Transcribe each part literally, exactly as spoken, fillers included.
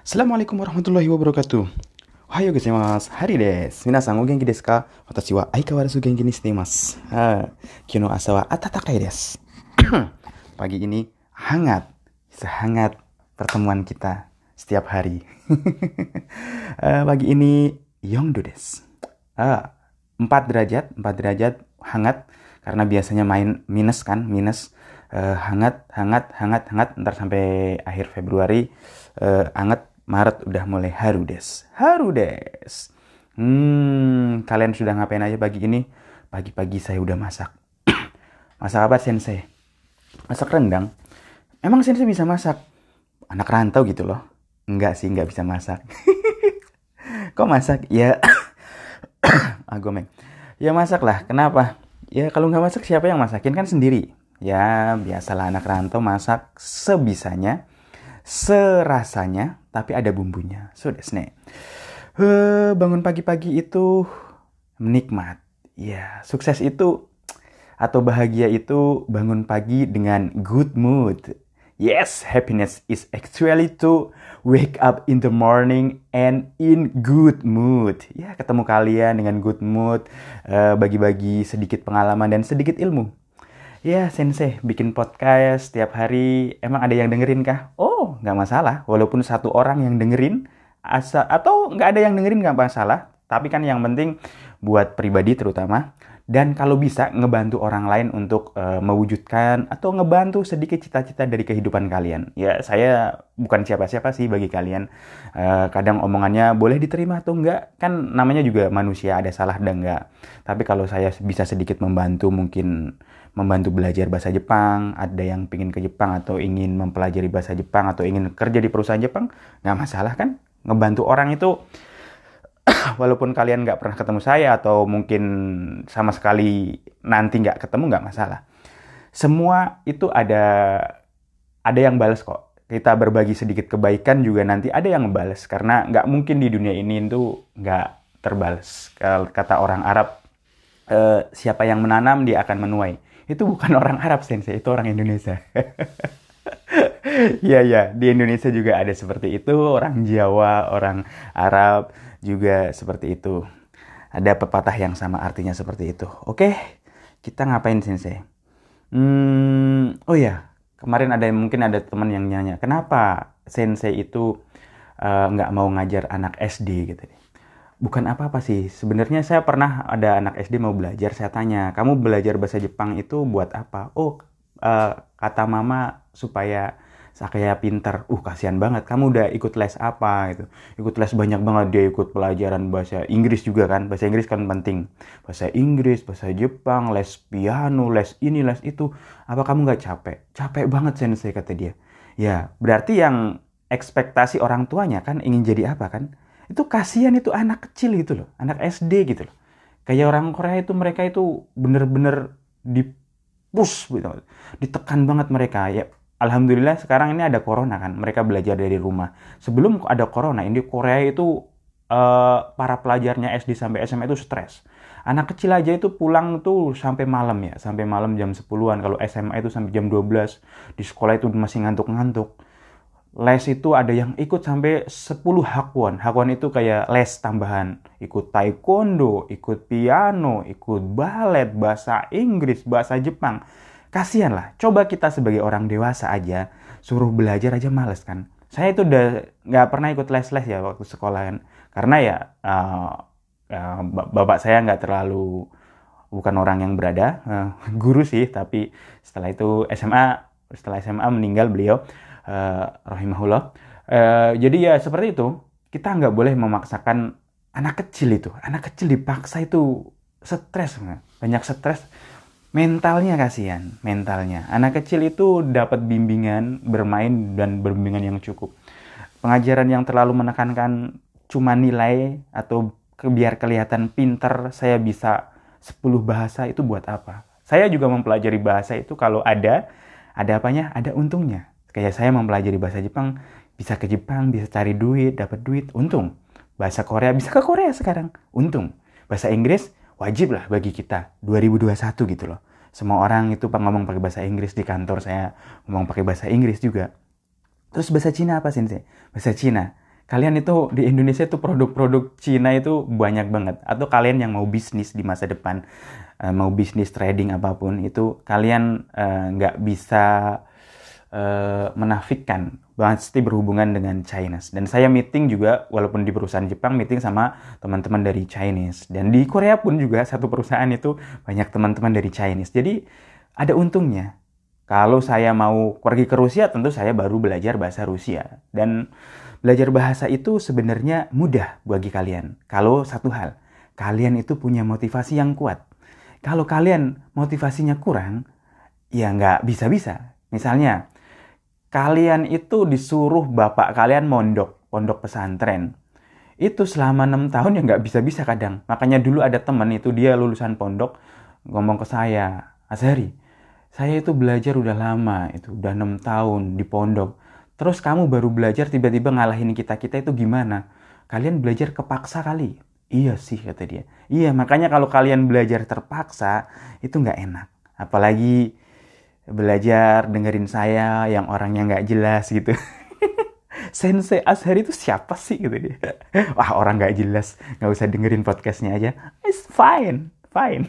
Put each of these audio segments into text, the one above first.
Assalamualaikum warahmatullahi wabarakatuh. Ohayo gozaimasu. Hari desu. Minasan o genki desu ka? Watashi wa aikawarazu genki ni shite imasu. Ah, Ki no asa wa atatakai desu. Pagi ini hangat, sehangat pertemuan kita setiap hari. Ah, Pagi ini yongdo desu. Ah, empat derajat, empat derajat hangat karena biasanya main minus kan, minus. Eh, hangat, hangat, hangat, hangat, ntar sampai akhir Februari eh, hangat. Maret udah mulai haru des. Haru des. Hmm, kalian sudah ngapain aja pagi ini? Pagi-pagi saya udah masak. Masak apa sensei? Masak rendang. Emang sensei bisa masak? Anak rantau gitu loh. Enggak sih, enggak bisa masak. Kok masak? Ya, agomeng. Ya masak lah. Kenapa? Ya kalau nggak masak siapa yang masakin, kan sendiri. Ya biasalah anak rantau masak sebisanya, serasanya, tapi ada bumbunya. So desu ne. Heh, bangun pagi-pagi itu nikmat. Ya, sukses itu atau bahagia itu bangun pagi dengan good mood. Yes, happiness is actually to wake up in the morning and in good mood. Ya, ketemu kalian dengan good mood, eh, bagi-bagi sedikit pengalaman dan sedikit ilmu. Ya, sensei bikin podcast setiap hari, emang ada yang dengerin kah? Oh, nggak masalah. Walaupun satu orang yang dengerin, asa atau nggak ada yang dengerin nggak masalah. Tapi kan yang penting buat pribadi terutama. Dan kalau bisa ngebantu orang lain untuk uh, mewujudkan atau ngebantu sedikit cita-cita dari kehidupan kalian. Ya, saya bukan siapa-siapa sih bagi kalian. Uh, kadang omongannya boleh diterima atau enggak. Kan namanya juga manusia, ada salah dan enggak. Tapi kalau saya bisa sedikit membantu, mungkin membantu belajar bahasa Jepang, ada yang pingin ke Jepang atau ingin mempelajari bahasa Jepang atau ingin kerja di perusahaan Jepang, nggak masalah kan? Ngebantu orang itu, walaupun kalian nggak pernah ketemu saya atau mungkin sama sekali nanti nggak ketemu, nggak masalah. Semua itu ada ada yang balas kok. Kita berbagi sedikit kebaikan juga nanti ada yang ngebales, karena nggak mungkin di dunia ini itu nggak terbalas. Kata orang Arab, eh, siapa yang menanam dia akan menuai. Itu bukan orang Arab sensei, itu orang Indonesia. Iya, ya, di Indonesia juga ada seperti itu, orang Jawa, orang Arab juga seperti itu. Ada pepatah yang sama artinya seperti itu. Oke, kita ngapain sensei? Hmm, oh ya, kemarin ada mungkin ada teman yang nanya, kenapa sensei itu eh, nggak mau ngajar anak S D gitu. Bukan apa-apa sih. Sebenarnya saya pernah ada anak S D mau belajar, saya tanya, kamu belajar bahasa Jepang itu buat apa? Oh, eh, kata mama supaya saya pintar. Uh, kasihan banget. Kamu udah ikut les apa gitu? Ikut les banyak banget, dia ikut pelajaran bahasa Inggris juga kan. Bahasa Inggris kan penting. Bahasa Inggris, bahasa Jepang, les piano, les ini, les itu. Apa kamu nggak capek? Capek banget sensei, kata dia. Ya, berarti yang ekspektasi orang tuanya kan ingin jadi apa kan? Itu kasihan, itu anak kecil gitu loh, anak S D gitu loh. Kayak orang Korea itu, mereka itu bener-bener dipush gitu, ditekan banget mereka. Ya, alhamdulillah sekarang ini ada corona kan, mereka belajar dari rumah. Sebelum ada corona ini Korea itu eh, para pelajarnya S D sampai S M A itu stres. Anak kecil aja itu pulang tuh sampai malam ya, sampai malam jam sepuluhan. Kalau S M A itu sampai jam dua belas. Di sekolah itu masih ngantuk-ngantuk. Les itu ada yang ikut sampai sepuluh hakwon. Hakwon itu kayak les tambahan. Ikut taekwondo, ikut piano, ikut balet, bahasa Inggris, bahasa Jepang. Kasihan lah. Coba kita sebagai orang dewasa aja, suruh belajar aja males kan. Saya itu udah nggak pernah ikut les-les ya waktu sekolah kan. Karena ya uh, uh, bapak saya nggak terlalu, bukan orang yang berada. Uh, guru sih, tapi setelah itu S M A, setelah S M A meninggal beliau. Uh, rahimahullah. Uh, jadi ya seperti itu. Kita nggak boleh memaksakan anak kecil itu. Anak kecil dipaksa itu stres, banyak stres. Mentalnya kasihan, mentalnya. Anak kecil itu dapat bimbingan bermain dan berbimbingan yang cukup. Pengajaran yang terlalu menekankan cuma nilai atau ke, biar kelihatan pinter, saya bisa sepuluh bahasa, itu buat apa? Saya juga mempelajari bahasa itu kalau ada, ada apanya? Ada untungnya. Kayak saya mempelajari bahasa Jepang, bisa ke Jepang, bisa cari duit, dapat duit, untung. Bahasa Korea, bisa ke Korea sekarang, untung. Bahasa Inggris, wajib lah bagi kita, dua ribu dua puluh satu gitu loh. Semua orang itu ngomong pakai bahasa Inggris, di kantor saya ngomong pakai bahasa Inggris juga. Terus bahasa Cina apa sensei? Bahasa Cina, Kalian itu di Indonesia itu produk-produk Cina itu banyak banget. Atau kalian yang mau bisnis di masa depan, uh, mau bisnis trading apapun, itu kalian nggak uh, bisa uh, menafikan pasti berhubungan dengan Chinese. Dan saya meeting juga, walaupun di perusahaan Jepang, meeting sama teman-teman dari Chinese. Dan di Korea pun juga satu perusahaan itu banyak teman-teman dari Chinese. Jadi ada untungnya. Kalau saya mau pergi ke Rusia, tentu saya baru belajar bahasa Rusia. Dan belajar bahasa itu sebenarnya mudah bagi kalian. Kalau satu hal, kalian itu punya motivasi yang kuat. Kalau kalian motivasinya kurang, ya nggak bisa-bisa. Misalnya, kalian itu disuruh bapak kalian mondok, pondok pesantren. Itu selama enam tahun ya nggak bisa-bisa kadang. Makanya dulu ada teman itu, dia lulusan pondok, ngomong ke saya, Azhari, saya itu belajar udah lama, itu udah enam tahun di pondok. Terus kamu baru belajar tiba-tiba ngalahin kita-kita itu gimana? Kalian belajar kepaksa kali. Iya sih, kata dia. Iya, makanya kalau kalian belajar terpaksa, itu nggak enak. Apalagi belajar dengerin saya yang orangnya nggak jelas gitu. Sensei Azhari itu siapa sih gitu dia. Wah, orang nggak jelas, nggak usah dengerin podcastnya aja. It's fine, fine.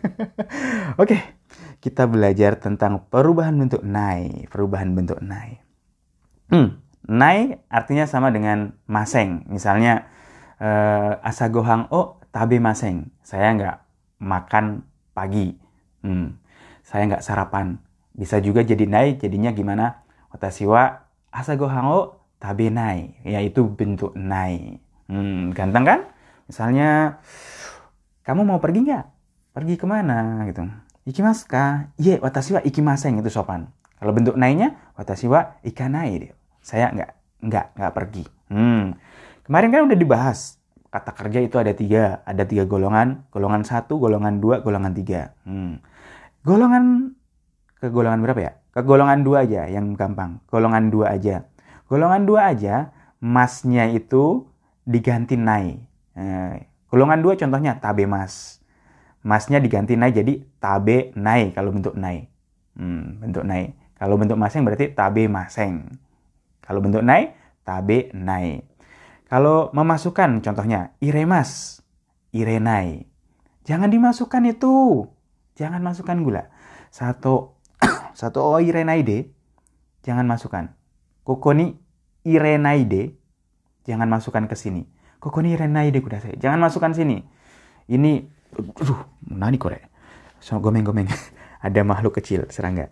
Oke, kita belajar tentang perubahan bentuk nai, perubahan bentuk nai. Hmm, nai artinya sama dengan maseng. Misalnya uh, asagohan o tabe maseng. Saya nggak makan pagi. Hmm, saya nggak sarapan. Bisa juga jadi nai, jadinya gimana? Watashi wa asagohan o tabenai, yaitu bentuk nai. Hmm, ganteng kan? Misalnya, kamu mau pergi nggak? Pergi kemana? Gitu. Ikimasu ka? Iya, watashi wa ikimasen, itu sopan. Kalau bentuk nainya, watashi wa ikanai. Saya nggak, nggak, nggak pergi. Hmm. Kemarin kan udah dibahas. Kata kerja itu ada tiga. Ada tiga golongan. Golongan satu, golongan dua, golongan tiga. Hmm. Golongan ke golongan berapa ya? Ke golongan dua aja yang gampang. Golongan dua aja. Golongan dua aja, masnya itu diganti nai. Eh, golongan dua contohnya tabe mas. Masnya diganti nai jadi tabe nai kalau bentuk nai. Hmm, bentuk nai. Kalau bentuk maseng berarti tabe maseng. Kalau bentuk nai, tabe nai. Kalau memasukkan contohnya iremas, irenai. Jangan dimasukkan itu. Jangan masukkan gula. Satu Satu o irenai de, jangan masukkan. Koko ni irenai de, jangan masukkan ke sini. Koko ni irenai de kudasai, jangan masukkan sini. Ini, aduh, nani kore? So, gomeng-gomeng. Ada makhluk kecil, serangga.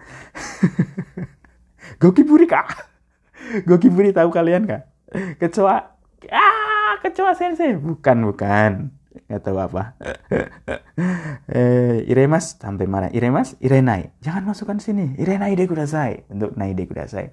Gokiburi kah? Gokiburi tahu kalian kah? Kecoa. Ah, kecoa sensei. Bukan, bukan. Nggak tahu apa. eh, iremas sampai mana? Iremas, irenai. Jangan masukkan sini. Irenai de kudasai. Bentuk nai de kudasai.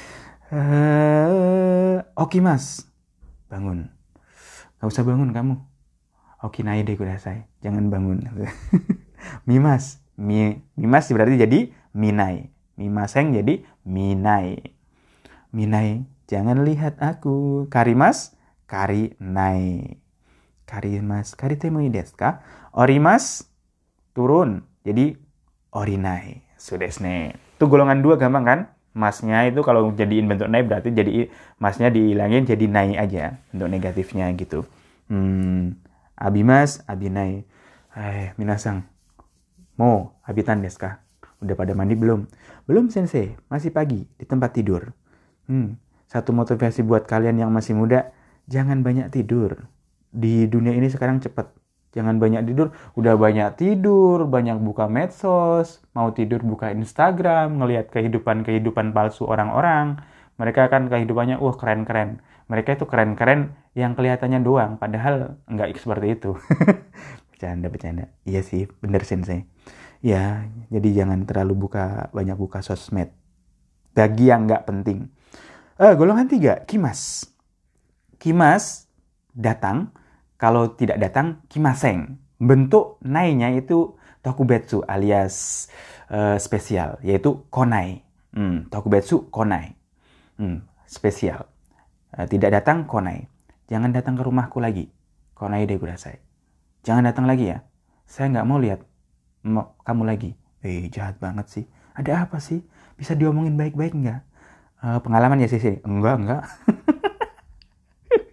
Eh, okimas. Bangun. Gak usah bangun kamu. Okinai de kudasai. Jangan bangun. Mimas. Mi, mimas berarti jadi minai. Mimaseng jadi minai. Minai. Jangan lihat aku. Karimas. Karinai. Karimas, karitemo desu ka? Orimas, turun. Jadi orinai. Sudesne. Itu golongan dua gampang kan? Masnya itu kalau jadiin bentuk nai berarti jadi masnya dihilangin jadi nai aja. Bentuk negatifnya gitu. Hmm, abimas, abinai. Eh, minasang. Mo, habitan desu ka? Udah pada mandi belum? Belum sensei, masih pagi di tempat tidur. Hmm, satu motivasi buat kalian yang masih muda, jangan banyak tidur. Di dunia ini sekarang cepat. Jangan banyak tidur. Udah banyak tidur, banyak buka medsos, mau tidur buka Instagram, ngelihat kehidupan-kehidupan palsu orang-orang. Mereka kan kehidupannya, wah keren-keren. Mereka itu keren-keren yang kelihatannya doang, padahal nggak seperti itu. Bercanda-bercanda. Iya sih, bener sensei. Ya, jadi jangan terlalu buka, banyak buka sosmed. Bagi yang nggak penting. Eh, golongan tiga, kimas. Kimas, datang. Kalau tidak datang, kimaseng. Bentuk nainya itu tokubetsu alias uh, spesial, yaitu konai. Hmm, tokubetsu konai. Hmm, spesial. Uh, tidak datang, konai. Jangan datang ke rumahku lagi. Konai de kudasai. Jangan datang lagi ya. Saya nggak mau lihat m- kamu lagi. Eh, jahat banget sih. Ada apa sih? Bisa diomongin baik-baik nggak? Uh, pengalaman ya sih sih. Enggak, enggak.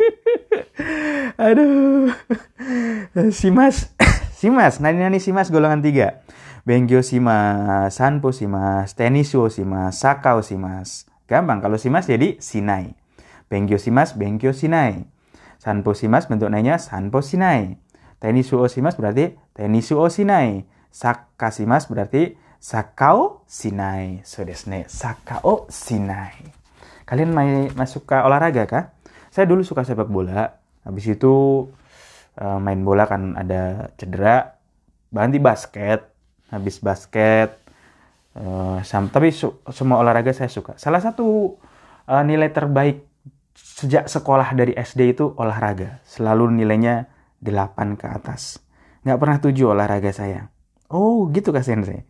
Aduh. Shimas. Shimas. Nani-nani shimas golongan tiga. Benggyo shimas. Sanpo shimas. Tenisho shimas. Sakao shimas. Gampang. Kalau shimas jadi shinai. Benggyo shimas. Benggyo shinai. Sanpo shimas bentuk nanya sanpo shinai. Tenisho shimas berarti tenisho shinai. Saka shimas berarti sakao shinai. So desu ne. Sakao shinai. Kalian main masuk ke olahraga kah? Saya dulu suka sepak bola. Habis itu main bola kan ada cedera. Berhenti basket. Habis basket. Uh, sam- tapi su- semua olahraga saya suka. Salah satu uh, nilai terbaik sejak sekolah dari S D itu olahraga. Selalu nilainya delapan ke atas. Nggak pernah tujuh olahraga saya. Oh gitu Kak Sensei.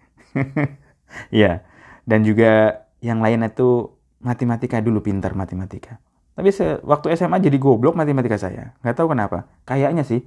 Iya. Dan juga yang lain itu matematika dulu pintar matematika. Tapi se- waktu S M A jadi goblok matematika saya. Nggak tahu kenapa. Kayaknya sih.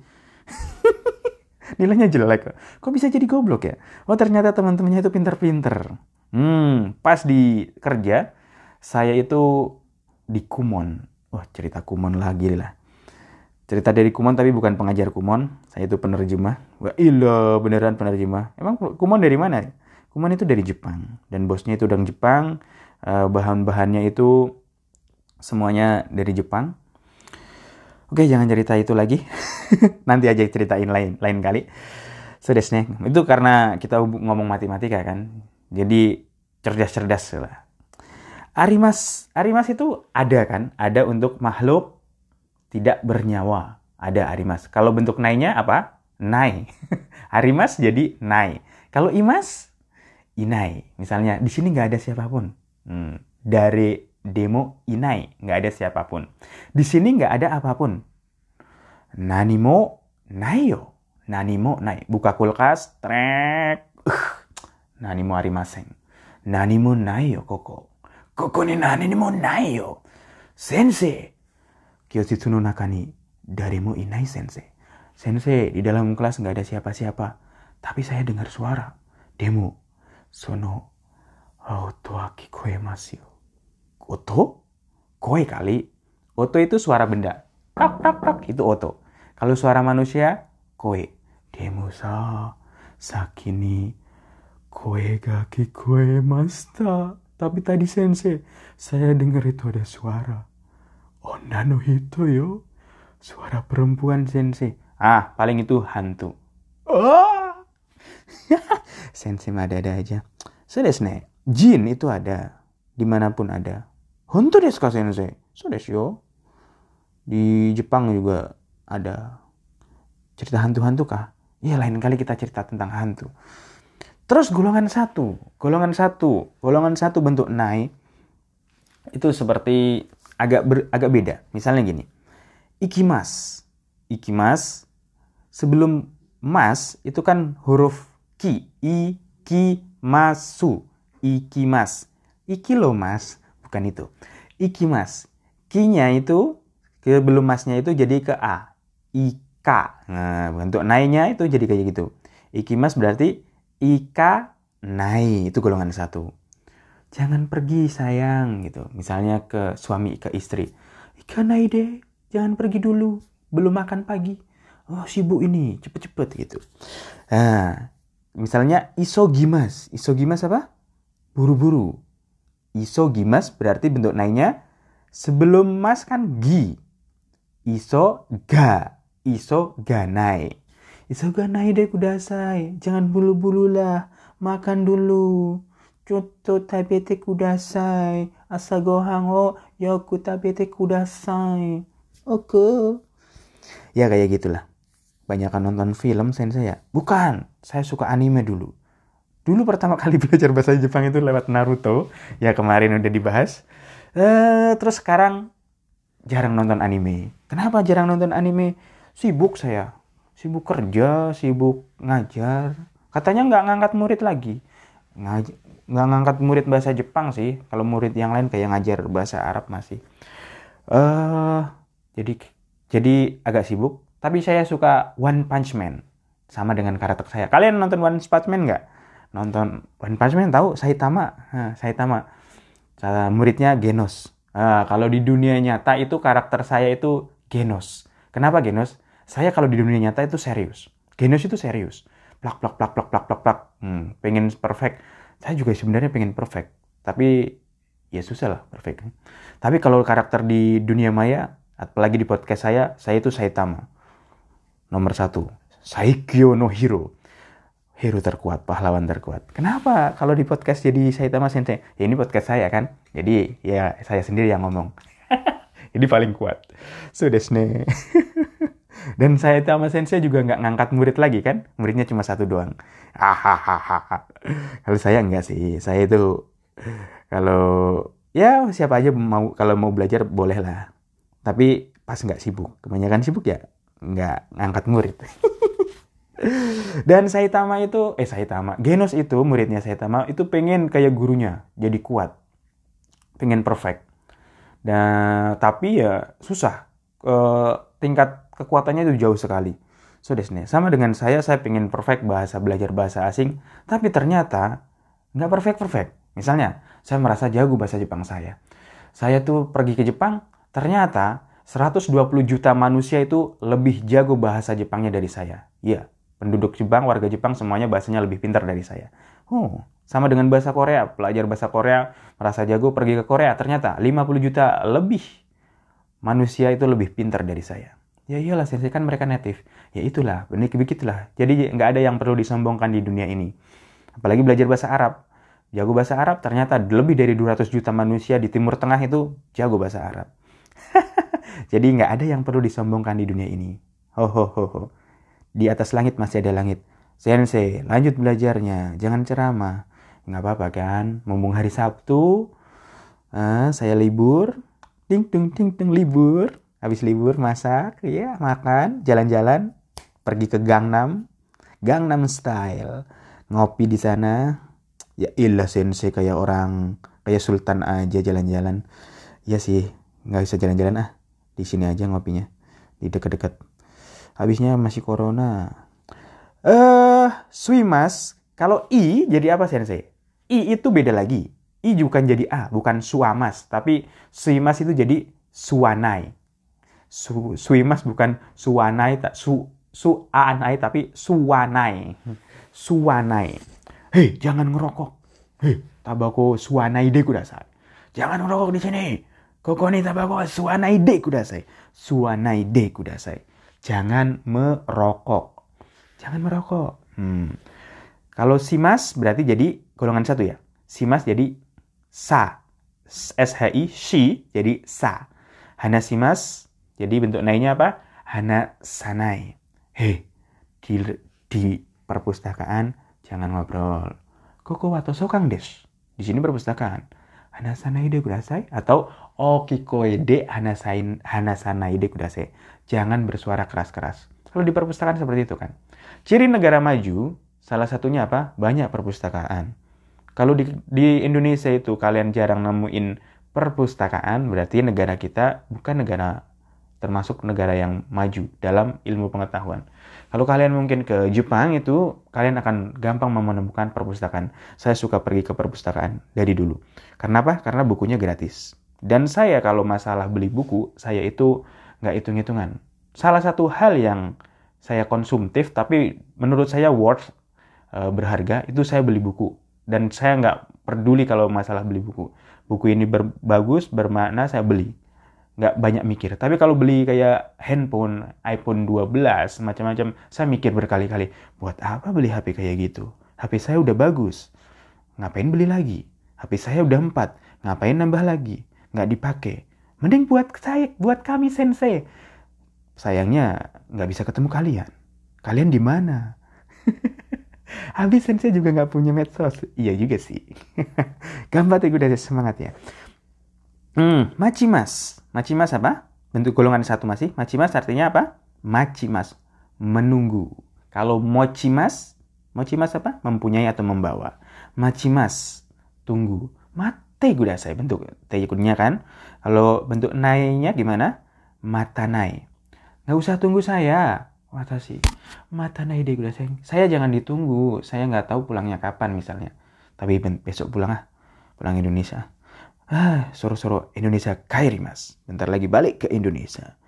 Nilainya jelek. Kok bisa jadi goblok ya? Oh ternyata teman-temannya itu pintar-pintar. Hmm, pas di kerja, saya itu di Kumon. Wah cerita Kumon lagi lah. Cerita dari Kumon tapi bukan pengajar Kumon. Saya itu penerjemah. Wah iya beneran penerjemah. Emang Kumon dari mana? Kumon itu dari Jepang. Dan bosnya itu orang Jepang. Bahan-bahannya itu semuanya dari Jepang. Oke jangan cerita itu lagi. Nanti aja ceritain lain lain kali. So desu ne. Itu karena kita ngomong matematika kan. Jadi cerdas-cerdas lah. Arimas, arimas itu ada kan? Ada untuk makhluk tidak bernyawa. Ada arimas. Kalau bentuk nainya apa? Nai. Arimas jadi nai. Kalau imas, inai. Misalnya di sini nggak ada siapapun. Hmm. Dari demo inai, nggak ada siapapun. Di sini nggak ada apapun. Nanimo nayo. Nanimo nai. Buka kulkas, trek. Uh, nanimo arimasen. Nanimo nayo koko. Koko ni nanimo nayo. Sensei. Kyojutsu no naka ni daremo inai sensei. Sensei, di dalam kelas nggak ada siapa-siapa. Tapi saya dengar suara. Demo. Sono. Oto wa kikoemasu yo. Oto? Koe kali. Oto itu suara benda. Tak, tak, tak. Itu oto. Kalau suara manusia, koe. Demo sa, saki ni koe ga kikoemashita. Tapi tadi sensei, saya dengar itu ada suara. Onna no hito yo. Suara perempuan sensei. Ah, paling itu hantu. Oh! Sensei mah ada-ada aja. So desu ne. Jin itu ada. Dimanapun ada. Honto desu ka sensei? So desu yo. Di Jepang juga ada. Cerita hantu-hantu kah? Iya lain kali kita cerita tentang hantu. Terus golongan satu. Golongan satu. Golongan satu bentuk nai. Itu seperti agak ber, agak beda. Misalnya gini. Ikimas. Ikimas. Sebelum mas itu kan huruf ki. Ikimasu. Ikimas. Iki lo mas. Bukan itu. Ikimas. Ki-nya itu sebelum masnya itu jadi ke a. Ika. Nah, bentuk nai-nya itu jadi kayak gitu. Ikimas berarti ika nai. Itu golongan satu. Jangan pergi sayang gitu. Misalnya ke suami ke istri. Ika nai deh. Jangan pergi dulu. Belum makan pagi. Oh sibuk ini. Cepet-cepet gitu. Nah, misalnya isogimas. Isogimas apa? Buru-buru. Isogimas berarti bentuk nainya sebelum mas kan gi. Iso ga. Iso ganai. Iso ganai deh kudasai. Jangan bulu-bulu lah. Makan dulu. Chotto tabete kudasai. Asa gohan o yoku tabete kudasai. Oke. Ya kayak gitulah. Banyakan nonton film sensei ya. Bukan. Saya suka anime dulu. Dulu pertama kali belajar bahasa Jepang itu lewat Naruto. Ya kemarin udah dibahas. Eh, terus sekarang jarang nonton anime. Kenapa jarang nonton anime? Sibuk saya. Sibuk kerja, sibuk ngajar. Katanya nggak ngangkat murid lagi. Ngaj- nggak ngangkat murid bahasa Jepang sih. Kalau murid yang lain kayak ngajar bahasa Arab masih. Eh, jadi jadi agak sibuk. Tapi saya suka One Punch Man. Sama dengan karakter saya. Kalian nonton One Punch Man nggak? Nonton One Punch Man tahu? Saitama. Nah, Saitama. Muridnya Genos. Nah, kalau di dunia nyata itu karakter saya itu Genos. Kenapa Genos? Saya kalau di dunia nyata itu serius. Genos itu serius. Plak, plak, plak, plak, plak, plak, plak. Hmm, pengen perfect. Saya juga sebenarnya pengen perfect. Tapi ya susah lah perfect. Tapi kalau karakter di dunia maya, apalagi di podcast saya, saya itu Saitama. Nomor satu. Saikyo no Hero. Hero terkuat, pahlawan terkuat. Kenapa kalau di podcast jadi Saitama Sensei? Ya ini podcast saya kan. Jadi ya saya sendiri yang ngomong. Ini paling kuat. So desne. Dan Saitama Sensei juga nggak ngangkat murid lagi kan. Muridnya cuma satu doang. Hahaha. Kalau saya enggak sih. Saya itu kalau ya siapa aja mau kalau mau belajar boleh lah. Tapi pas nggak sibuk. Kebanyakan sibuk ya nggak ngangkat murid. Dan Saitama itu, eh Saitama, Genos itu muridnya Saitama itu pengen kayak gurunya, jadi kuat, pengen perfect. Dan tapi ya susah, e, tingkat kekuatannya itu jauh sekali. So desne, sama dengan saya, saya pengen perfect bahasa belajar bahasa asing, tapi ternyata nggak perfect perfect. Misalnya, saya merasa jago bahasa Jepang saya. Saya tuh pergi ke Jepang, ternyata seratus dua puluh juta manusia itu lebih jago bahasa Jepangnya dari saya. Iya. Penduduk Jepang, warga Jepang semuanya bahasanya lebih pintar dari saya. Oh, sama dengan bahasa Korea. Pelajar bahasa Korea merasa jago pergi ke Korea. Ternyata lima puluh juta lebih manusia itu lebih pintar dari saya. Ya iyalah, sensei kan mereka native. Ya itulah, begitulah. Jadi nggak ada yang perlu disombongkan di dunia ini. Apalagi belajar bahasa Arab. Jago bahasa Arab, ternyata lebih dari dua ratus juta manusia di Timur Tengah itu jago bahasa Arab. Jadi nggak ada yang perlu disombongkan di dunia ini. Ho ho ho ho. Di atas langit masih ada langit. Sensei, lanjut belajarnya. Jangan ceramah. Nggak apa-apa kan? Mumpung hari Sabtu, ah, saya libur. Ting, ting, ting, ting, libur. Habis libur, masak. Ya, makan. Jalan-jalan. Pergi ke Gangnam. Gangnam Style. Ngopi di sana. Ya ilah Sensei kayak orang, kayak sultan aja jalan-jalan. Ya sih, nggak bisa jalan-jalan ah. Di sini aja ngopinya. Di dekat-dekat. Habisnya masih corona. Eh, uh, suimas. Kalau i jadi apa Sensei? I itu beda lagi. I bukan jadi a, bukan suamas, tapi suimas itu jadi suanai. Su, suimas bukan suanai, tak su suanai tapi suanai. Suanai. Hei, jangan ngerokok. Hei, tabako suanai de kudasai. Jangan ngerokok di sini. Koko ni tabako suanai de kudasai. Suanai de kudasai. Jangan merokok. Jangan merokok. Hmm. Kalau simas berarti jadi golongan satu ya. Simas jadi sa. S H I, shi jadi sa. Hana simas jadi bentuk nainya apa? Hana sanai. Hei, di, di perpustakaan jangan ngobrol. Koko wato sokang des. Di sini perpustakaan. Hana sanai de kudasai atau okikoe de hana sain hana sanai de kudasai. Jangan bersuara keras-keras. Kalau di perpustakaan seperti itu kan. Ciri negara maju, salah satunya apa? Banyak perpustakaan. Kalau di, di Indonesia itu kalian jarang nemuin perpustakaan, berarti negara kita bukan negara, termasuk negara yang maju dalam ilmu pengetahuan. Kalau kalian mungkin ke Jepang itu, kalian akan gampang menemukan perpustakaan. Saya suka pergi ke perpustakaan dari dulu. Karena apa? Karena bukunya gratis. Dan saya kalau masalah beli buku, saya itu nggak hitung-hitungan. Salah satu hal yang saya konsumtif, tapi menurut saya worth, e, berharga, itu saya beli buku. Dan saya nggak peduli kalau masalah beli buku. Buku ini ber, bagus, bermakna, saya beli. Nggak banyak mikir. Tapi kalau beli kayak handphone, iPhone dua belas, macam-macam, saya mikir berkali-kali, buat apa beli H P kayak gitu? H P saya udah bagus. Ngapain beli lagi? H P saya udah empat. Ngapain nambah lagi? Nggak dipakai. Mending buat saya, buat kami Sensei. Sayangnya nggak bisa ketemu kalian. Kalian di mana? Habis Sensei juga nggak punya medsos. Iya juga sih. Gambar tuh udah semangat ya. Hmm, machimas. Machimas apa? Bentuk golongan satu masih. Machimas artinya apa? Machimas. Menunggu. Kalau mochimas, mochimas apa? Mempunyai atau membawa. Machimas. Tunggu. Mate kudasai bentuk teikunnya kan. Kalau bentuk nai-nya gimana? Matanai. Nggak usah tunggu saya. Watashi. Matanai de kudasai. Saya jangan ditunggu. Saya nggak tahu pulangnya kapan misalnya. Tapi besok pulang ah. Pulang Indonesia. Ah, soro-soro Indonesia kairi mas. Bentar lagi balik ke Indonesia.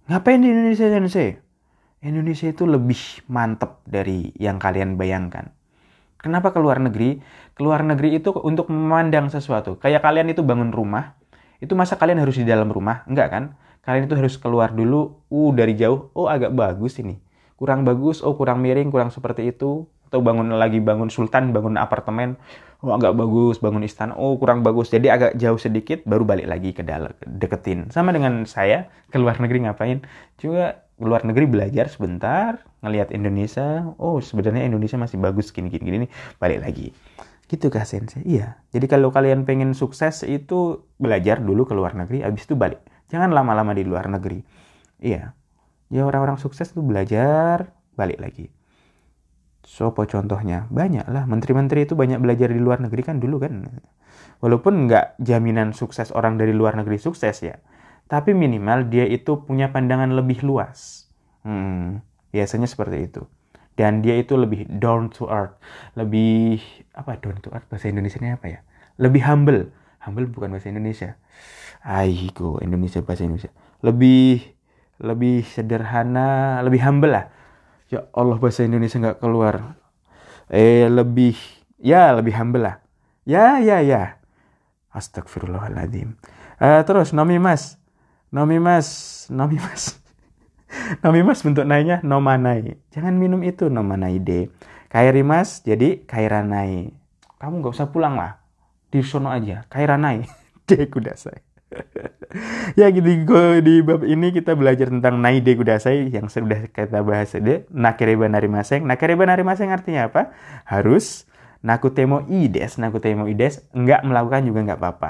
Ngapain di Indonesia sensei? Indonesia itu lebih mantep dari yang kalian bayangkan. Kenapa ke luar negeri? Ke luar negeri itu untuk memandang sesuatu. Kayak kalian itu bangun rumah, itu masa kalian harus di dalam rumah? Enggak kan? Kalian itu harus keluar dulu, uh dari jauh, oh agak bagus ini. Kurang bagus, oh kurang miring, kurang seperti itu. Atau bangun lagi bangun sultan, bangun apartemen, oh agak bagus, bangun istana, oh kurang bagus. Jadi agak jauh sedikit, baru balik lagi ke dalam, deketin. Sama dengan saya, ke luar negeri ngapain? Juga ke luar negeri belajar sebentar, ngelihat Indonesia, oh sebenarnya Indonesia masih bagus gini-gini, balik lagi. Gitu kah sensei? Iya. Jadi kalau kalian pengen sukses itu belajar dulu ke luar negeri, habis itu balik. Jangan lama-lama di luar negeri. Iya. Ya orang-orang sukses tuh belajar, balik lagi. So, apa contohnya? Banyak lah. Menteri-menteri itu banyak belajar di luar negeri kan dulu kan. Walaupun nggak jaminan sukses orang dari luar negeri sukses ya. Tapi minimal dia itu punya pandangan lebih luas. Hmm, biasanya seperti itu. Dan dia itu lebih down to earth. Lebih, apa down to earth? Bahasa Indonesianya apa ya? Lebih humble. Humble bukan bahasa Indonesia. Aigo, Indonesia bahasa Indonesia. Lebih, lebih sederhana, lebih humble lah. Ya Allah, bahasa Indonesia nggak keluar. Eh, lebih, ya lebih humble lah. Ya, ya, ya. Astagfirullahaladzim. Uh, terus, Nomi Mas. Nomi Mas. Nomi Mas. Nomi Mas bentuk nainya Nomanai. Jangan minum itu, Nomanai de. Kairi Mas, jadi Kairanai. Kamu nggak usah pulang lah. Di sono aja. Kairanai. De kudasai. Ya gitu, di bab ini kita belajar tentang naide kudasai yang sudah kita bahas de nakereba narimaseng. Nakereba narimaseng artinya apa? Harus, nakutemo ides, nakutemo ides, enggak melakukan juga enggak apa-apa.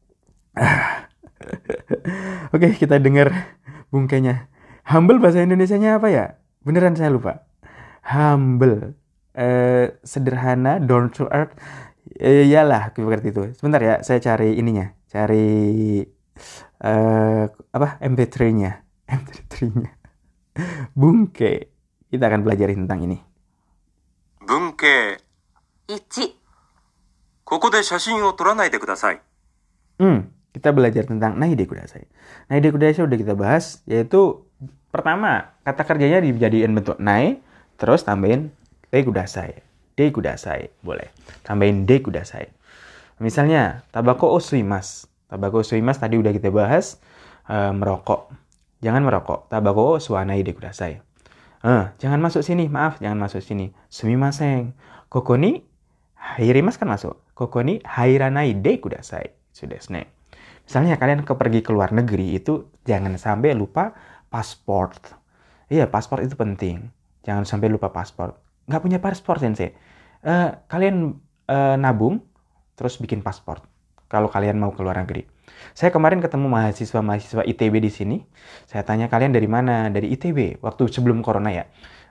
Oke, kita dengar bungkainya. Humble bahasa Indonesianya apa ya? Beneran saya lupa. Humble, eh, sederhana, down to earth. Eh, iyalah, seperti itu. Sebentar ya, saya cari ininya. Cari uh, apa M P tiga-nya. M P tiga-nya. Bungke. Kita akan pelajari tentang ini. Bunke. Ichi. ここで写真を撮らないでください. Hmm, kita belajar tentang naide kudasai. Naide kudasai udah kita bahas, yaitu pertama, kata kerjanya dijadiin bentuk nai, terus tambahin de kudasai. De kudasai, boleh. Tambahin de kudasai. Misalnya, tabako o suimas. Tabako o suimas tadi udah kita bahas, uh, merokok. Jangan merokok. Tabako o suanai de kudasai. Uh, jangan masuk sini, maaf, jangan masuk sini. Sumimasen. Koko ni hairimas kan masuk. Koko ni hairanai de kudasai. Sudah snack. Misalnya kalian ke pergi ke luar negeri itu jangan sampai lupa paspor. Iya, paspor itu penting. Jangan sampai lupa paspor. Nggak punya paspor, sensei. Uh, kalian uh, nabung, terus bikin paspor. Kalau kalian mau ke luar negeri. Saya kemarin ketemu mahasiswa-mahasiswa I T B di sini. Saya tanya kalian dari mana? Dari I T B. Waktu sebelum corona ya.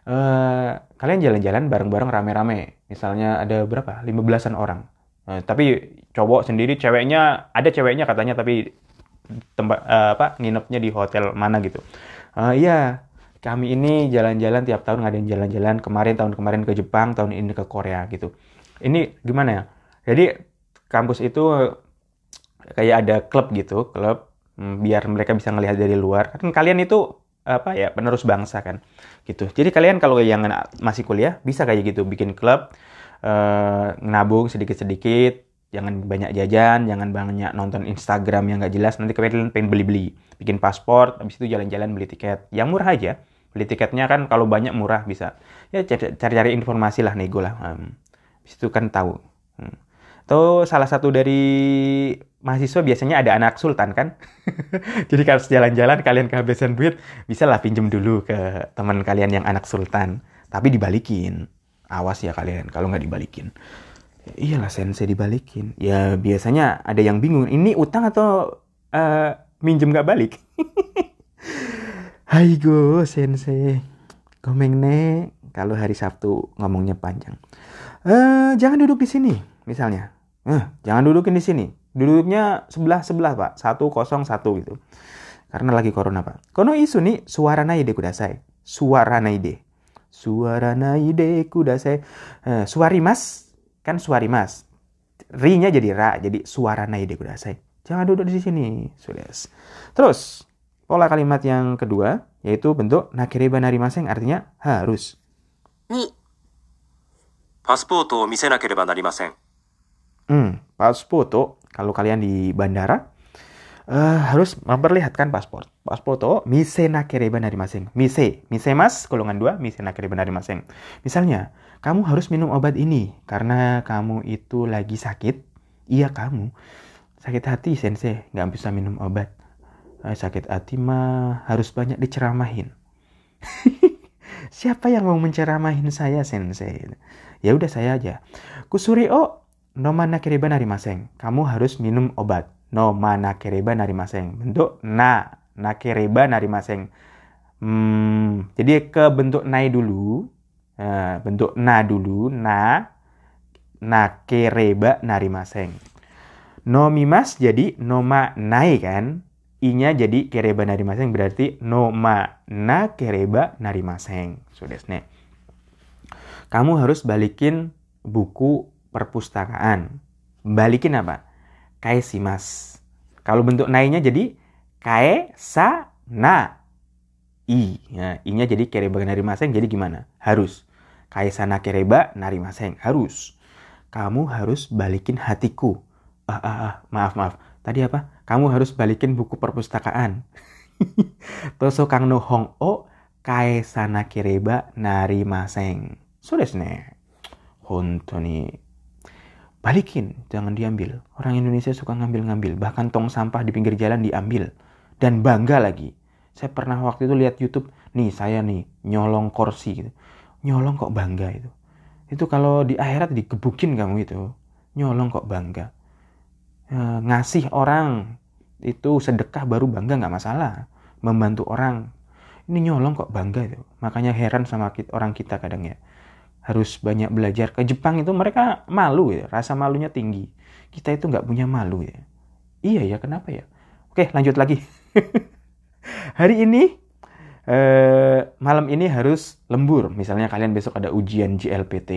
Uh, kalian jalan-jalan bareng-bareng rame-rame. Misalnya ada berapa? lima belasan orang. Uh, tapi cowok sendiri, ceweknya ada ceweknya katanya, tapi tempat uh, apa nginepnya di hotel mana gitu. Uh, iya, kami ini jalan-jalan tiap tahun ngadain jalan-jalan. Kemarin tahun kemarin ke Jepang, tahun ini ke Korea gitu. Ini gimana ya? Jadi kampus itu kayak ada klub gitu, klub biar mereka bisa ngelihat dari luar. Kan kalian itu apa ya, penerus bangsa kan, gitu. Jadi kalian kalau yang masih kuliah bisa kayak gitu, bikin klub, eh, nabung sedikit-sedikit, jangan banyak jajan, jangan banyak nonton Instagram yang nggak jelas. Nanti kalian pengen beli-beli, bikin paspor, habis itu jalan-jalan beli tiket, yang murah aja. Beli tiketnya kan kalau banyak murah bisa. Ya cari-cari informasi lah, nego lah. Hmm. Habis itu kan tahu. Hmm. Atau salah satu dari mahasiswa biasanya ada anak sultan kan. Jadi kalau jalan-jalan kalian kehabisan duit, bisa lah pinjem dulu ke teman kalian yang anak sultan. Tapi dibalikin. Awas ya kalian kalau nggak dibalikin. Iyalah sensei dibalikin. Ya biasanya ada yang bingung. Ini utang atau uh, minjem nggak balik? Haigo sensei. Komeng ne. Kalau hari Sabtu ngomongnya panjang. Uh, jangan duduk di sini misalnya. Eh, jangan dudukin di sini. Duduknya sebelah-sebelah, Pak. satu nol satu gitu. Karena lagi corona, Pak. Kono isu nih suara naide kudasai. Suara naide. Suara naide kudasai. Eh, suarimas kan suarimas. Ri-nya jadi ra, jadi suara naide kudasai. Jangan duduk di sini. Sudah. Terus, pola kalimat yang kedua, yaitu bentuk nakereba narimaseng, artinya harus. に、 パスポートを見せなければなりません。 Hmm, pasporto, kalau kalian di bandara, eh, harus memperlihatkan paspor. Pasporto, mise nakereba narimaseng. Mise, mise mas, golongan dua, mise nakereba narimaseng. Misalnya, kamu harus minum obat ini, karena kamu itu lagi sakit. Iya kamu, sakit hati sensei, nggak bisa minum obat. Eh, sakit hati mah harus banyak diceramahin. Siapa yang mau menceramahin saya sensei? Ya udah saya aja. Kusuri o noma nakereba narimaseng. Kamu harus minum obat. Noma nakereba narimaseng. Bentuk na, nakereba narimaseng. Hmm, jadi ke bentuk nai dulu. Nah, bentuk na dulu, na, nakereba narimaseng. Nomimas jadi noma nai kan? I-nya jadi kereba narimaseng, berarti noma na kereba narimaseng. So desu ne. Kamu harus balikin buku perpustakaan. Balikin apa? Kae shimasu. Kalau bentuk nai-nya jadi kae sa na i. Nah, i-nya jadi kereba narimaseng, jadi gimana? Harus. Kae sa na kereba narimaseng, harus. Kamu harus balikin hatiku. Ah, ah, ah, maaf, maaf. Tadi apa? Kamu harus balikin buku perpustakaan. Toso kang no hong o kae sana kereba narimaseng. So desu ne. Honto ni. Balikin, jangan diambil. Orang Indonesia suka ngambil-ngambil. Bahkan tong sampah di pinggir jalan diambil. Dan bangga lagi. Saya pernah waktu itu lihat YouTube. Nih, saya nih, nyolong kursi gitu. Nyolong kok bangga itu. Itu kalau di akhirat digebukin kamu itu. Nyolong kok bangga. Ngasih orang itu sedekah baru bangga, nggak masalah. Membantu orang ini nyolong kok bangga itu. Makanya heran sama kita, orang kita kadang ya, harus banyak belajar. Ke Jepang itu mereka malu ya, rasa malunya tinggi. Kita itu nggak punya malu ya. Iya ya, kenapa ya? Oke, lanjut lagi. Hari ini eh, malam ini harus lembur. Misalnya kalian besok ada ujian J L P T.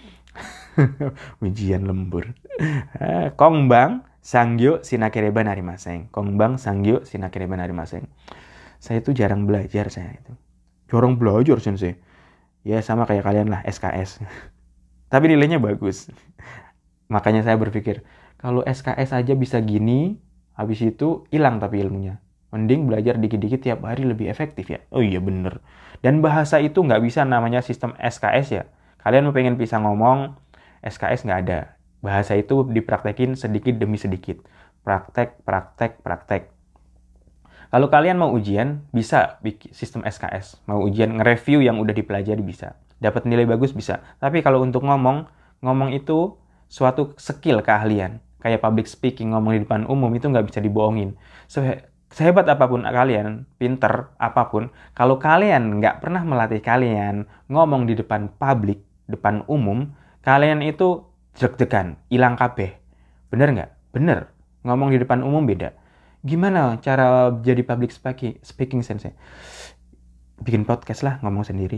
Ujian lembur. Kongbang sangyo sinakereba narimaseng. Kongbang sangyo sinakereba narimaseng. Saya itu jarang belajar saya itu. Jarang belajar sensei. Ya sama kayak kalian lah, S K S. Tapi nilainya bagus. Makanya saya berpikir, kalau S K S aja bisa gini, habis itu hilang tapi ilmunya. Mending belajar dikit-dikit tiap hari lebih efektif ya. Oh iya bener. Dan bahasa itu nggak bisa namanya sistem S K S ya. Kalian mau pengen bisa ngomong, S K S nggak ada. Bahasa itu dipraktekin sedikit demi sedikit. Praktek, praktek, praktek. Kalau kalian mau ujian, bisa bikin sistem S K S. Mau ujian, nge-review yang udah dipelajari bisa. Dapat nilai bagus bisa. Tapi kalau untuk ngomong, ngomong itu suatu skill, keahlian. Kayak public speaking, ngomong di depan umum itu nggak bisa dibohongin. Se- sehebat apapun kalian, pinter apapun, kalau kalian nggak pernah melatih kalian ngomong di depan publik, depan umum, kalian itu deg-degan, hilang kabeh. Bener nggak? Bener. Ngomong di depan umum beda. Gimana cara jadi public speaking, speaking sensei? Bikin podcast lah, ngomong sendiri.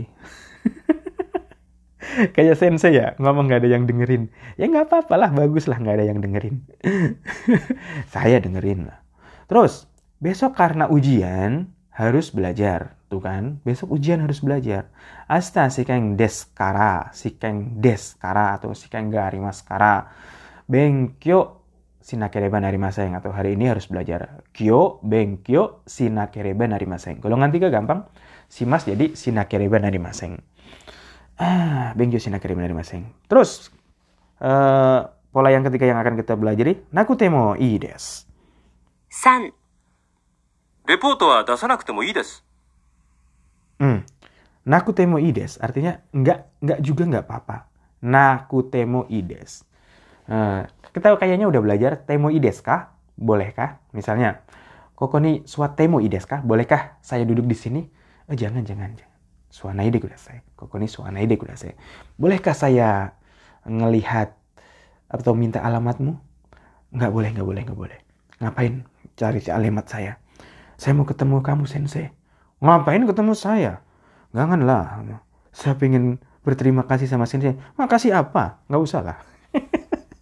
Kayak sensei ya, ngomong nggak ada yang dengerin. Ya nggak apa-apa lah, bagus lah nggak ada yang dengerin. Saya dengerin lah. Terus, besok karena ujian, harus belajar. Tuh kan, besok ujian harus belajar. Asta shikeng desu kara, shikeng desu kara atau shikeng ga arimasu kara. Benkyou shinakereba narimaseng, atau hari ini harus belajar. Kyo benkyou shinakereba narimaseng. Golongan tiga gampang. Shimas jadi shinakereba narimaseng. Ah, benkyou shinakereba narimaseng. Terus uh, pola yang ketiga yang akan kita pelajari, nakute mo ii desu. さん、 レポートは出さなくてもいいです。 Hmm. Nakutemo ides artinya enggak enggak juga enggak apa-apa. Nakutemo ides. Uh, kita kayaknya udah belajar temo ides kah? Bolehkah? Misalnya, koko ni suatemo ides kah? Bolehkah saya duduk di sini? Oh, jangan jangan jangan. Suanaide kudasai. Koko ni suanaide kudasai. Bolehkah saya ngelihat atau minta alamatmu? Enggak boleh, enggak boleh, enggak boleh. Ngapain cari alamat saya? Saya mau ketemu kamu sensei. Ngapain ketemu saya? Janganlah. Saya pengen berterima kasih sama sensei. Makasih apa? Nggak usah lah.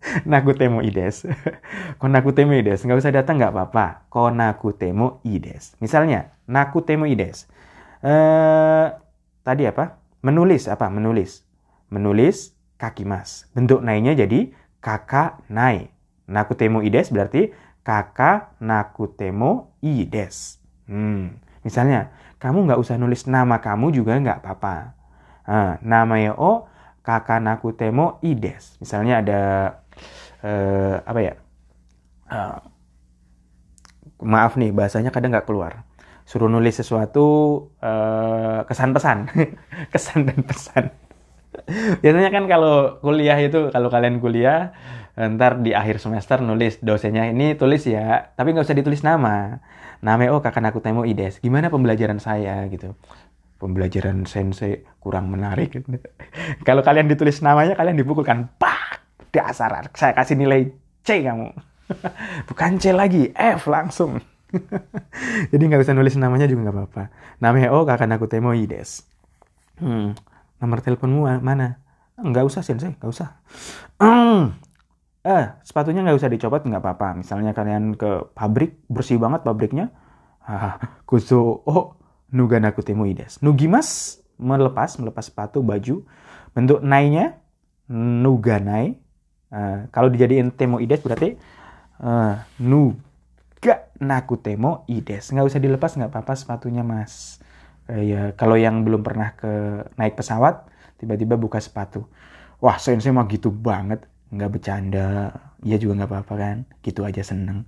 Nakutemo ides. Konakutemo ides. Nggak usah datang nggak apa-apa. Konakutemo ides. Misalnya, nakutemo ides. Eh, tadi apa? Menulis apa? Menulis. Menulis kakimas. Bentuk nainya jadi kaka nai. Nakutemo ides berarti kaka nakutemo ides. Hmm. Misalnya, kamu nggak usah nulis nama kamu juga nggak apa-apa. Nah, namanya o kaka nakutemo ides. Misalnya ada eh, apa ya? Uh, maaf nih, bahasanya kadang nggak keluar. Suruh nulis sesuatu uh, kesan pesan, kesan dan pesan. Biasanya kan kalau kuliah itu, kalau kalian kuliah, ntar di akhir semester nulis dosennya ini tulis ya, tapi nggak usah ditulis nama. Namanya oh kakak nakutemo ides. Gimana pembelajaran saya gitu? Pembelajaran sensei kurang menarik. Kalau kalian ditulis namanya, kalian dipukulkan. Pak, dasar. Saya kasih nilai C kamu. Bukan C lagi, F langsung. Jadi nggak usah nulis namanya juga nggak apa-apa. Namanya oh kakak nakutemo ides. Hmm, nomor teleponmu mana? Nggak usah sensei, nggak usah. Hmm. Eh, sepatunya nggak usah dicopot, nggak apa-apa. Misalnya kalian ke pabrik, bersih banget pabriknya. Ah, kuso, oh, nuga nakutemo ides. Nugimas, melepas, melepas sepatu, baju. Bentuk nainya, nuga nai. Uh, kalau dijadiin temo ides berarti uh, nuga nakutemo ides. Nggak usah dilepas, nggak apa-apa sepatunya mas. Uh, ya, kalau yang belum pernah ke naik pesawat, tiba-tiba buka sepatu. Wah, sensei mah gitu banget. Nggak bercanda, ya juga nggak apa-apa kan, gitu aja seneng.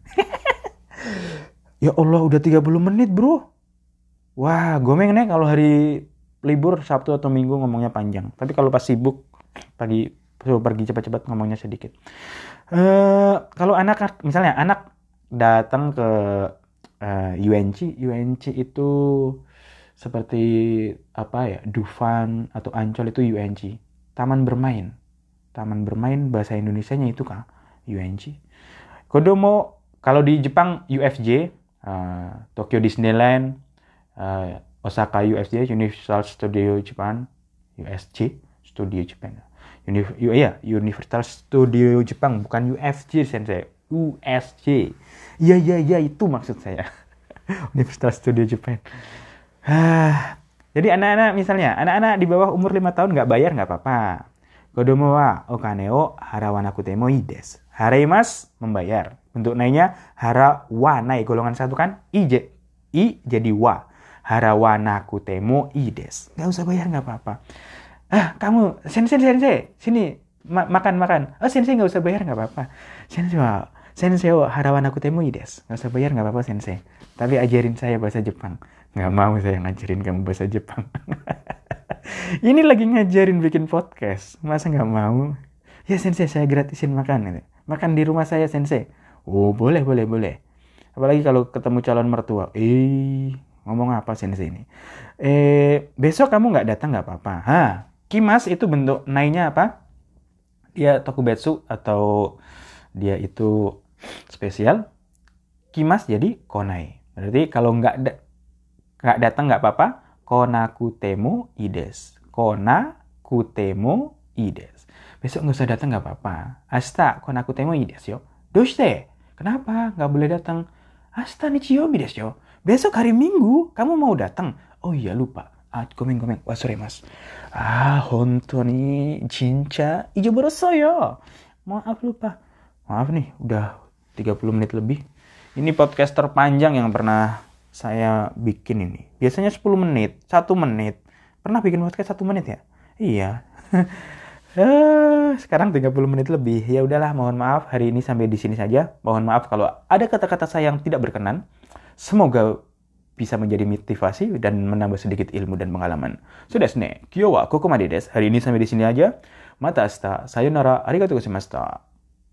Ya Allah, udah tiga puluh menit bro. Wah, gomeng nih kalau hari libur Sabtu atau Minggu ngomongnya panjang. Tapi kalau pas sibuk, pagi pergi cepat-cepat ngomongnya sedikit. Uh, kalau anak, misalnya anak datang ke uh, U N C, U N C itu seperti apa ya, Dufan atau Ancol itu U N C, taman bermain. Taman bermain bahasa Indonesianya itu kan U N C. Kodomo kalau di Jepang U F J, uh, Tokyo Disneyland, uh, Osaka U F J, Universal Studio Japan, U S J, Studio Japan. Unif- U- iya, Universal Studio Jepang, bukan U F J sensei, U S J. Iya iya iya itu maksud saya. Universal Studio Japan. Ah, jadi anak-anak misalnya, anak-anak di bawah umur lima tahun nggak bayar nggak apa-apa. Kodomo wa okane o harawa nakutemo ides. Haraimas, membayar. Bentuk nainya harawa nai, golongan satu kan i, j, i jadi wa. Harawa nakutemo ides. Gak usah bayar gak apa-apa. Ah, kamu, sensei, sensei, sini ma- makan, makan. Oh, sensei gak usah bayar gak apa-apa. Sensei wa, sensei o harawa nakutemo ides. Gak usah bayar gak apa-apa sensei. Tapi ajarin saya bahasa Jepang. Gak mau saya ngajarin kamu bahasa Jepang. Ini lagi ngajarin bikin podcast, masa nggak mau? Ya sensei, saya gratisin makan gitu. Makan di rumah saya sensei. Oh boleh boleh boleh. Apalagi kalau ketemu calon mertua. Eh ngomong apa sensei ini? Eh besok kamu nggak datang nggak apa-apa. Ha, kimas itu bentuk nainya apa? Dia tokubetsu atau dia itu spesial. Kimas jadi konai. Berarti kalau nggak da- nggak datang nggak apa-apa. Konakutemo ides. Konakutemo ides. Besok nggak usah datang nggak apa-apa. Asta konakutemo ides yo. Doshite? Kenapa nggak boleh datang? Asta nichiyomi desu yo. Besok hari Minggu kamu mau datang? Oh iya lupa. Ah, gomen gomen. Wah sorry mas. Ah honto ni jincha ijoboroso yo. Maaf lupa. Maaf nih udah tiga puluh menit lebih. Ini podcast terpanjang yang pernah saya bikin ini. Biasanya sepuluh menit, satu menit. Pernah bikin podcast satu menit ya? Iya. Sekarang tiga puluh menit lebih. Ya udahlah, mohon maaf hari ini sampai di sini saja. Mohon maaf kalau ada kata-kata saya yang tidak berkenan. Semoga bisa menjadi motivasi dan menambah sedikit ilmu dan pengalaman. Sudah sne. Kyo wa kokomade desu. Hari ini sampai di sini aja. Mata asta. Sayonara. Arigatou gozaimashita.